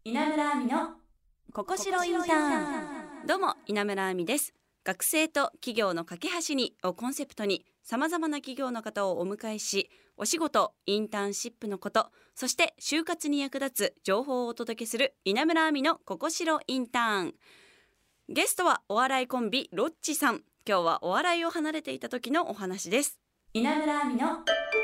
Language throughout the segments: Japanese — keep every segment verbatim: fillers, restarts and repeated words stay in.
稲村亜美のここしろインターン。どうも稲村亜美です。学生と企業の架け橋にをコンセプトにさまざまな企業の方をお迎えし、お仕事、インターンシップのこと、そして就活に役立つ情報をお届けする稲村亜美のここしろインターン。ゲストはお笑いコンビロッチさん。今日はお笑いを離れていた時のお話です。稲村亜美の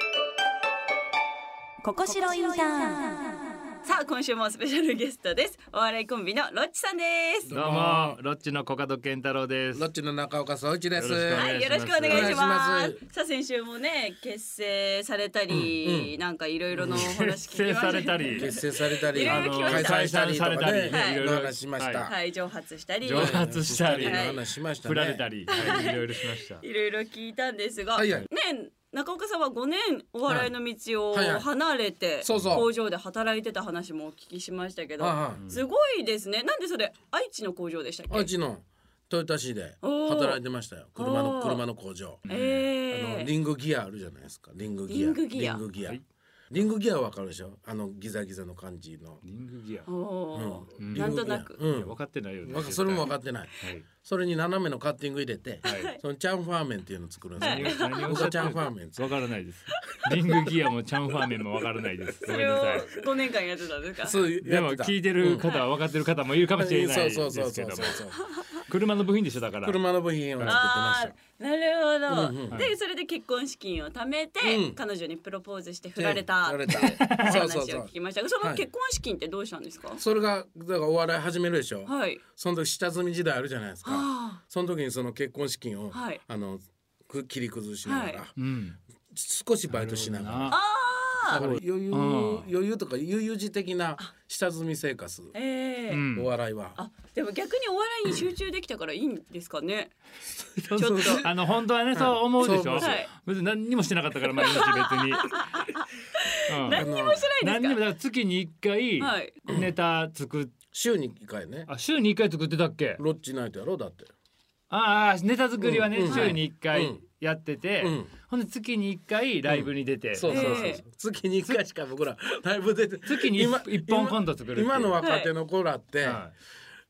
ここしろインターン。さあ今週もスペシャルゲストです。お笑いコンビのロッチさんです。 どうもロッチのコカド健太郎です。 ロッチの中岡総一です。 はい、よろしくお願いします。 お願いしさあ先週もね結成されたり、うんうん、なんかいろいろのお話聞きました。 結成されたり結成されたりあの解散したりとかね、 はい、 いろいろ話しました。 はい、蒸発したり蒸発したり、 はい、話しましたね。 振られたり、はい、いろいろしました。 いろいろ聞いたんですが、 はいはい、 ね中岡さんはごねんお笑いの道を離れて工場で働いてた話もお聞きしましたけど、すごいですね。なんでそれ愛知の工場でしたっけ？ 愛知の豊田市で働いてましたよ。車の車の工場、えー、あのリングギアあるじゃないですか。リングギアリングギアリングギア、はい、リングギアわかるでしょ。あのギザギザの感じのリングギア、 うん、なんとなく、 うん、 分かってないよね。 それも分かってない、はい、それに斜めのカッティング入れて、 はい、 そのチャンファーメンっていうのを作るんですよ、はい、 何を僕はチャンファーメン分からないです。リングギアもチャンファーメンも分からないです。ごめんなさい。 ごねんかんやってたんですか？ そうでも聞いてる方は分かってる方もいるかもしれないですけども、 そうそうそうそうそう車の部品でしょ。だから車の部品を作ってました。 なるほど、うんうん、でそれで結婚資金を貯めて、うん、彼女にプロポーズして振られたって話を聞きましたが、その結婚資金ってどうしたんですか？ それがだからお笑い始めるでしょ、はい、その時下積み時代あるじゃないですか。その時にその結婚資金を、はい、あの切り崩しながら、はい、少しバイトしながら、だから余裕余裕とか悠々自適な下積み生活、えー、お笑いは。 あでも逆にお笑いに集中できたからいいんですかね。 ちょっとあの本当はね、はい、そう思うでしょ。はい、別に何にもしてなかったから毎日別に、 うん、何にもしてないですか？ 何にもだから月にいっかいネタ作っ、 週にいっかいね。 あ週にいっかい作ってたっけ？ ロッチナイトやろだって。 ああネタ作りはね、うん、週にいっかいやってて、うん、ほんで月にいっかいライブに出て、うん、 そうそうそう、えー、月にいっかいしか僕らライブ出て月にいっぽんコント作るっていう。 今の若手の子らって、はい、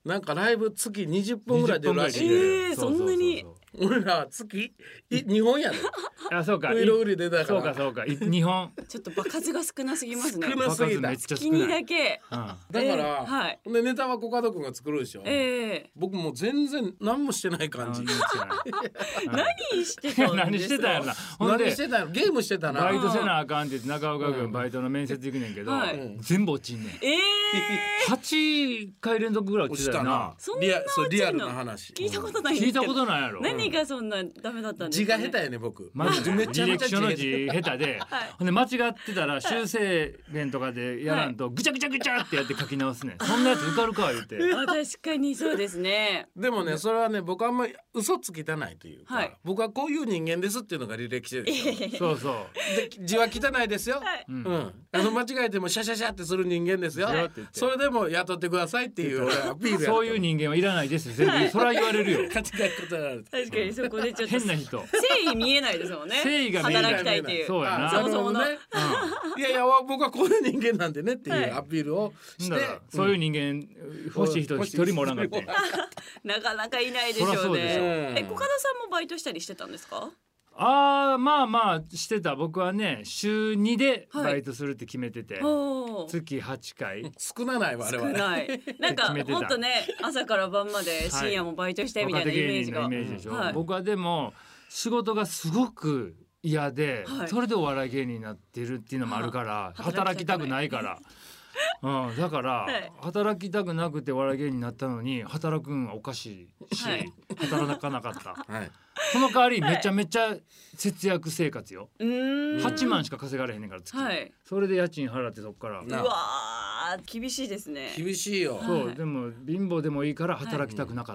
なんかライブ月にじゅっぽんぐらい出るらしい。 えー、そんなに。 俺らは月にほんやで。 あそうか、 色売り出たから。 そうかそうかにほん。 ちょっと場数が少なすぎますね。 少なすぎた。 月にだけ、 うん、だから、えーはい、でネタはコカド君が作るでしょ、えー、僕もう全然何もしてない感じ。 何してたんですか？ 何してたやろな。 何してたやろ。ゲームしてたな。 バイトせなあかんって中岡君バイトの面接行くねんけど、はい、全部落ちんねん。えー、はちかい連続ぐらい落ちたよな。 そんな落ちんの？ リアルな話聞いたことないんですけど。 聞いたことないやろ。 何がそんなダメだったんですかね。 字が下手やね僕。 まずめちゃめちゃの字下手で、はい、ほんで間違ってたら修正弁とかでやらんとぐちゃぐちゃぐちゃってやって書き直すねん。そんなやつ受かるか言って。 あ確かにそうですね。 でもねそれはね僕はあんまり嘘つきたないというか、はい、僕はこういう人間ですっていうのが履歴書ですよ。 そうそう。 で字は汚いですよ。はい、うん。あの間違えてもシャシャシャってする人間ですよ。はい、それでも雇ってくださいっていうアピールや。 そういう人間はいらないです全部。それは言われるよ。 間違いことがある。 確かにそこでちょっと変な人。 誠意見えないですもんね。 誠意が見えない。 働きたいっていう。 そうやな。 そもそもの。 ねうん、いやいや僕はこういう人間なんでねっていうアピールをして、はい、 そういう人間欲しい人一人もおらんかって。 なかなかいないでしょうね。え、コカドさんもバイトしたりしてたんですか？ あーまあまあしてた。僕はね週にでバイトするって決めてて、はい、月はちかい。 少ないわあれは。 少ないなんかもっとね朝から晩まで深夜もバイトしてみたいなイメージが、 はい、若手芸人のイメージでしょ、はい、僕はでも仕事がすごく嫌で、はい、それでお笑い芸人になってるっていうのもあるから、はあ、働きたくないからうん、だから、はい、働きたくなくてお笑い芸人になったのに働くんはおかしいし、はい、働かなかった、はい、その代わりめちゃめちゃ節約生活よ。はちまんしか稼がれへんねんから月、はい、それで家賃払ってそっから。 うわ厳しいですね。 厳しいよ。 そう、はい、でも貧乏でもいいから働きたくなかった、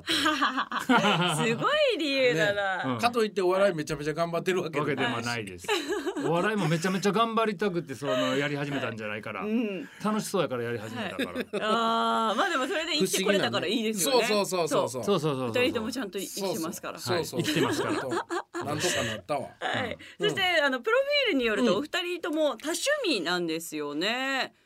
はい、すごい理由だな、 ねうん、かといってお笑いめちゃめちゃ頑張ってるわけでもないです、はい、お笑いもめちゃめちゃ頑張りたくてそのやり始めたんじゃないから、はいうん、楽しそうやからやり始めたから、はい、 あまあでもそれで生きてこれたからいいですよね。 そうそうそうそうそうそうそうふたりともちゃんと生きてますから。 そうそう生きてますからなんとかなったわ、 はいうん、そしてあのプロフィールによると、うん、お二人とも多趣味なんですよね。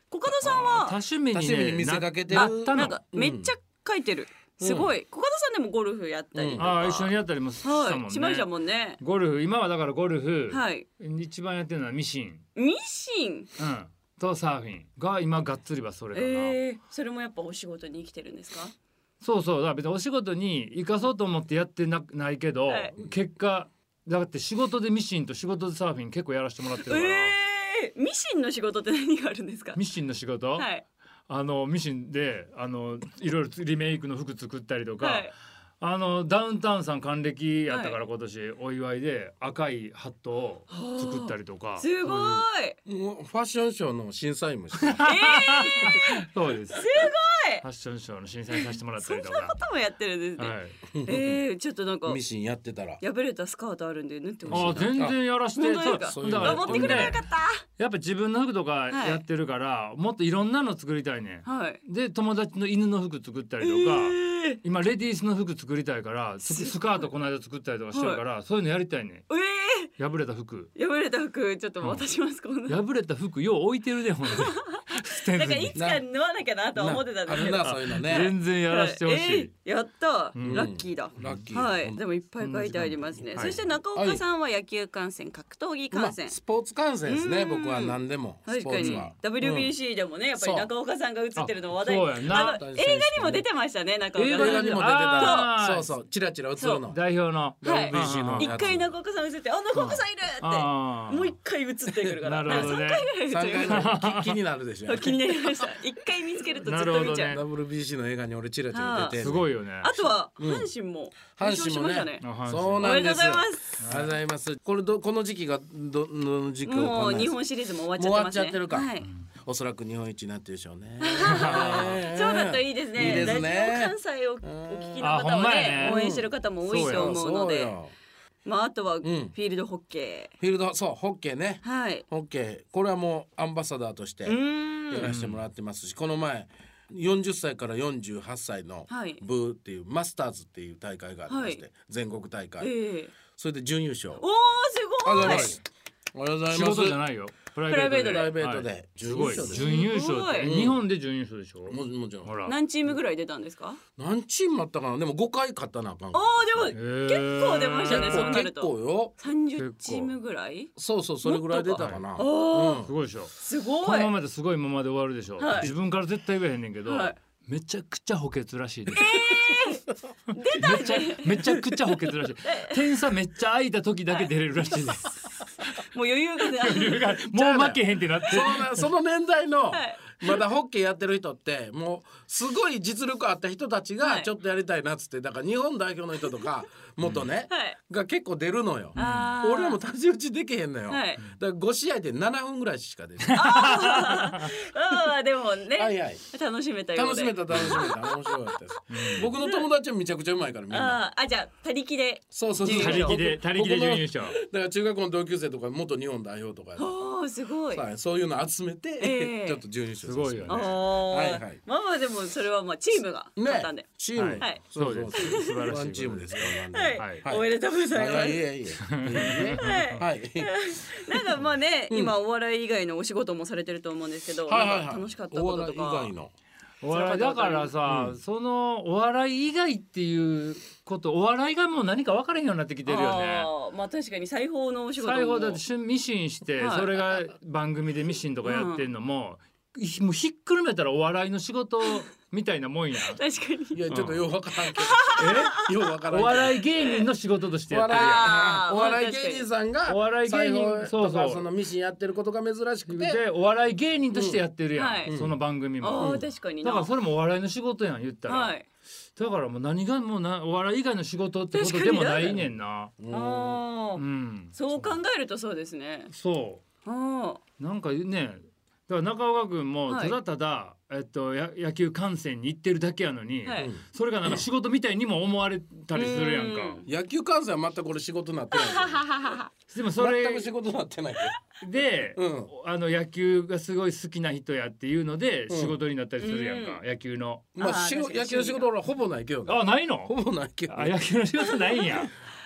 コカドさんは多趣味に、ね、 見せかけてる。 あなんかめっちゃ書いてる、うん、すごい。コカドさんでもゴルフやったりとか、うん、 あ一緒にやったりもしたもんね、はい、 しましたもんね。 ゴルフ今はだからゴルフ、 はい、 一番やってるのはミシンミシン、 うん、とサーフィンが今がっつりはそれかな、えー、それもやっぱお仕事に生きてるんですか？ そうそう、だから別にお仕事に生かそうと思ってやって な, ないけど、はい、結果だって仕事でミシンと仕事でサーフィン結構やらせてもらってるから、 えー、ミシンの仕事って何があるんですか？ ミシンの仕事、はい、あのミシンであのいろいろリメイクの服作ったりとか、はい、あのダウンタウンさん還暦やったから今年お祝いで赤いハットを作ったりとか、 すごい。 もうファッションショーの審査員もして、えー、 そうです。 すごい。 ファッションショーの審査員させてもらったりとかそんなこともやってるんですね、はい、えー、ちょっとなんかミシンやってたら破れたスカートあるんで縫ってほしいな。 あ全然やらして。 そうだから持ってくればよかった。 やっぱ自分の服とかやってるから、はい、もっといろんなの作りたいね、はい、で友達の犬の服作ったりとか、えー、今レディースの服作りたいからスカートこの間作ったりとかしてるから、はい、そういうのやりたいね、えー、破れた服破れた服ちょっと渡します、 うん、破れた服よう置いてるねほんでなんかいつか縫わなきゃなと思ってたんですけど、 そういうのね、 全然やらしてほしい、 えー、やった、 うん、 ラッキーだ、 ラッキー、 はい、でもいっぱい書いてありますね、うん、そして中岡さんは野球観戦、格闘技観戦、 まあ、スポーツ観戦ですね、僕は何でもスポーツは。 確かに ダブリュービーシー でもね、やっぱり中岡さんが映ってるの話題、ああの映画にも出てましたね、中岡さん。 映画にも出てた、そうそうチラチラ映るの代表のダブリュービーシー の一回中岡さん映って、あ中岡さんいるってもう一回映ってくるから、 なるほどね、 さんかいぐらい映ってくる気になるでしょ。 気になりました。一回見つけるとずっと見ちゃう。 ダブリュービーシー の映画に俺チラチラ出て、 すごいよね。 あとは阪神も阪神もね、そうなんです。 おめでとうございます。 ありがとうございます。これどこの時期がどの時期かもう日本シリーズも終わっちゃってますね。 終わっちゃってるか。おそらく日本一になってるでしょうね。 そうだといいですね。 いいですね。 関西をお聞きの方をね、応援してる方も多いと思うので。まああとはフィールドホッケー。 フィールドそうホッケーね。 はい。 ホッケーこれはもうアンバサダーとしてやらせてもらってますし、この前よんじゅっさいからよんじゅうはっさいの部っていうマスターズっていう大会がありまして、全国大会。それで準優勝。 おおすごい。 ありがとうございます。ありがとうございます。 仕事じゃないよ。プライベートで。 プライベートで。 すごい。準優勝って日本で準優勝でしょ。 ももちろん。ほら。 何チームぐらい出たんですか？ 何チームあったかな。でもごかい勝ったなあかん。 ああでも結構出ましたね。そうなると。 結構よ。 さんじゅうチームぐらい？ そうそうそれぐらい出たかな。 すごいでしょ。 すごい。 このままですごいままで終わるでしょ。自分から絶対言えへんねんけど。めちゃくちゃ補欠らしいです。 えー、出ためちゃめちゃくちゃ補欠らしい。点差めっちゃ空いた時だけ出れるらしいです。 もう余裕が余裕がもう負けへんってなって。 その年代のまだホッケーやってる人ってもうすごい実力あった人たちがちょっとやりたいなっつって、だから日本代表の人とか元ね、はい、が結構出るのよ。俺らも太刀打ちできへんのよ、はい、だからごしあいでななふんぐらいしか出ない。 ああでもね、 はいはい、 楽しめたようで楽しめた楽しめた面白かったです、うん、僕の友達もめちゃくちゃうまいからみんな。 ああじゃあ他力でそうそうそう他力で他力で準優勝。 だから中学校の同級生とか元日本代表とかあすごいそういうの集めて、えー、ちょっと準優勝すごいよね。 はいはい。 まあまあでもそれはまあチームが勝ったんで、 ね、チーム、 はい、 そうです。素晴らしい。 ワンチームですから、 はいはいはい、おめでとうございます。 いやいやいやはい。 なんかまあね、うん、今お笑い以外のお仕事もされてると思うんですけど、はいはいはい、なんか楽しかったこととか。 お笑い以外の。 お笑いだからさ、うん、そのお笑い以外っていうことお笑いがもう何か分からへんようになってきてるよね。 あまあ確かに裁縫のお仕事も裁縫だってミシンして、はい、それが番組でミシンとかやってんのも、うん、もうひっくるめたらお笑いの仕事みたいなもんや。 確かに。 いやちょっとようわからんけど。え？ようわからん。 お笑い芸人の仕事としてやってるやん。お笑い芸人さんがお笑い芸人そうそうそのミシンやってることが珍しくて、 でお笑い芸人としてやってるやん。うんはい、その番組も。 あ確かに。 だからそれもお笑いの仕事やん言ったら。はい、だからもう何がもうなお笑い以外の仕事ってことでもないねんな。 ああ、うん。そう考えるとそうですね。 そう。あなんかね。だから中岡君もただただ、はい、えっと、や野球観戦に行ってるだけやのに、はい、それがなんか仕事みたいにも思われたりするやんか。 ん野球観戦は全くこれ仕事になってないでもそれ全く仕事になってないで、うん、あの野球がすごい好きな人やっていうので仕事になったりするやんか、うん、野球の。 まあ野球の仕事はほぼないけど、 あないの？ ほぼないけど、 あ野球の仕事ないんや。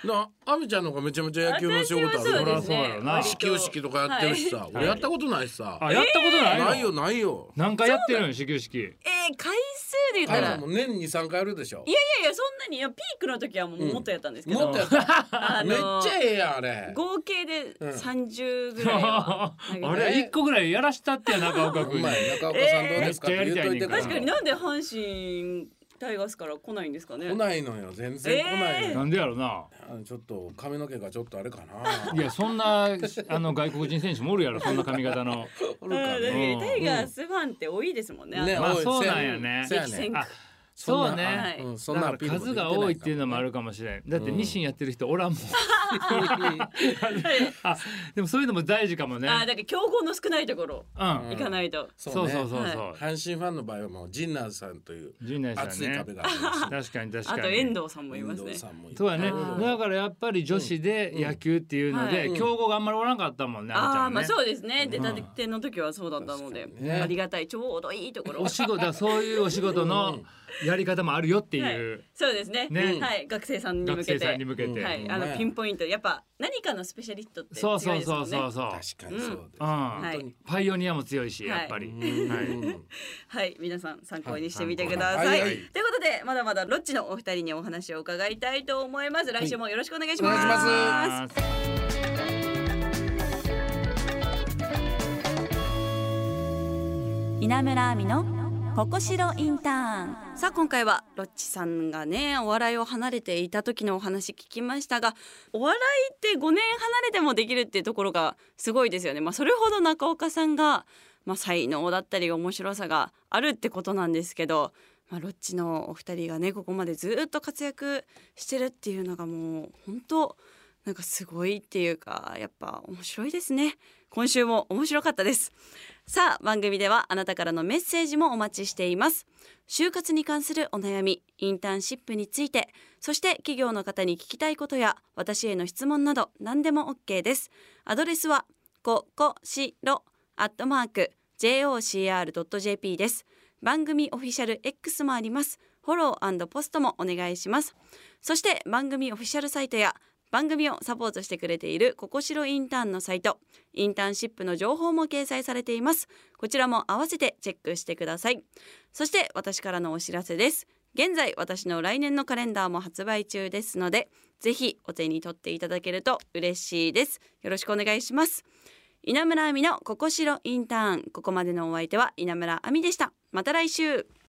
なあみちゃんの方がめちゃめちゃ野球の仕事あるから、 そうやろな。 始球式とかやってるしさ、はい、俺やったことないしさ。 あ、やったことないの？ ないよないよ。 何回やってるの始球式？ えー、回数で言ったらもう年にさんかいやるでしょ。 いやいやいや、そんなに。いや、ピークの時はもうもっとやったんですけど、 うん、もっとやったあのー、めっちゃええやんあれ。 合計でさんじゅうぐらいは、 うん、あれいっこぐらいやらしたってや中岡君。 中岡さんどうですかって言っといてから。 確かに。なんで阪神タイガースから来ないんですかね。 来ないのよ、全然来ないのよ、 えー、なんでやろな。 ちょっと髪の毛がちょっとあれかな。いや、そんなあの外国人選手もおるやろ、そんな髪型の。 おるかね。タイガースファンって多いですもんね。 ね、まあそうなんやね。そうね、はい、うん、そんな数が多いっていうのもあるかもしれん。だってニシンやってる人おらんもん。あ、でもそういうのも大事かもね。 あ、だから競合の少ないところ、うん、行かないと。 そうそうそうそう、はい、 阪神ファンの場合はもう陣内さんという熱い壁がある、 ね、確かに確かに。 あと遠藤さんもいますね。 そうやね。だからやっぱり女子で野球っていうので、うん、競合があんまりおらんかったもんね。 ああ、まあそうですね。出たての時はそうだったので、ね、ありがたい、ちょうどいいところ。 お仕事、そういうお仕事のやり方もあるよっていう、 はい、そうですね、ね、はい、学生さんに向けて、 学生さんに向けて、 はい、あのピンポイント、やっぱ何かのスペシャリストって強いですもんね。 そうそうそうそう、 確かにそうです、 うん、はい、パイオニアも強いし、やっぱり、 はい、はい、皆さん参考にしてみてください、はいはい、ということでまだまだロッチのお二人にお話を伺いたいと思います。来週もよろしくお願いします。 はい、お願いします。 稲村亜美のここしろインターン。さあ今回はロッチさんがねお笑いを離れていた時のお話聞きましたが、お笑いってごねん離れてもできるっていうところがすごいですよね。まあ、それほど中岡さんが、まあ、才能だったり面白さがあるってことなんですけど、まあ、ロッチのお二人がねここまでずっと活躍してるっていうのがもう本当なんかすごいっていうか、やっぱ面白いですね。今週も面白かったです。さあ番組ではあなたからのメッセージもお待ちしています。就活に関するお悩み、インターンシップについて、そして企業の方に聞きたいことや私への質問など何でも OK です。アドレスはここしろアットマーク ジェイオーシーアールドットジェーピー です。番組オフィシャル X もあります。フォロー&ポストもお願いします。そして番組オフィシャルサイトや番組をサポートしてくれているここしろインターンのサイト、インターンシップの情報も掲載されています。こちらも合わせてチェックしてください。そして私からのお知らせです。現在私の来年のカレンダーも発売中ですので、ぜひお手に取っていただけると嬉しいです。よろしくお願いします。稲村亜美のここしろインターン、ここまでのお相手は稲村亜美でした。また来週。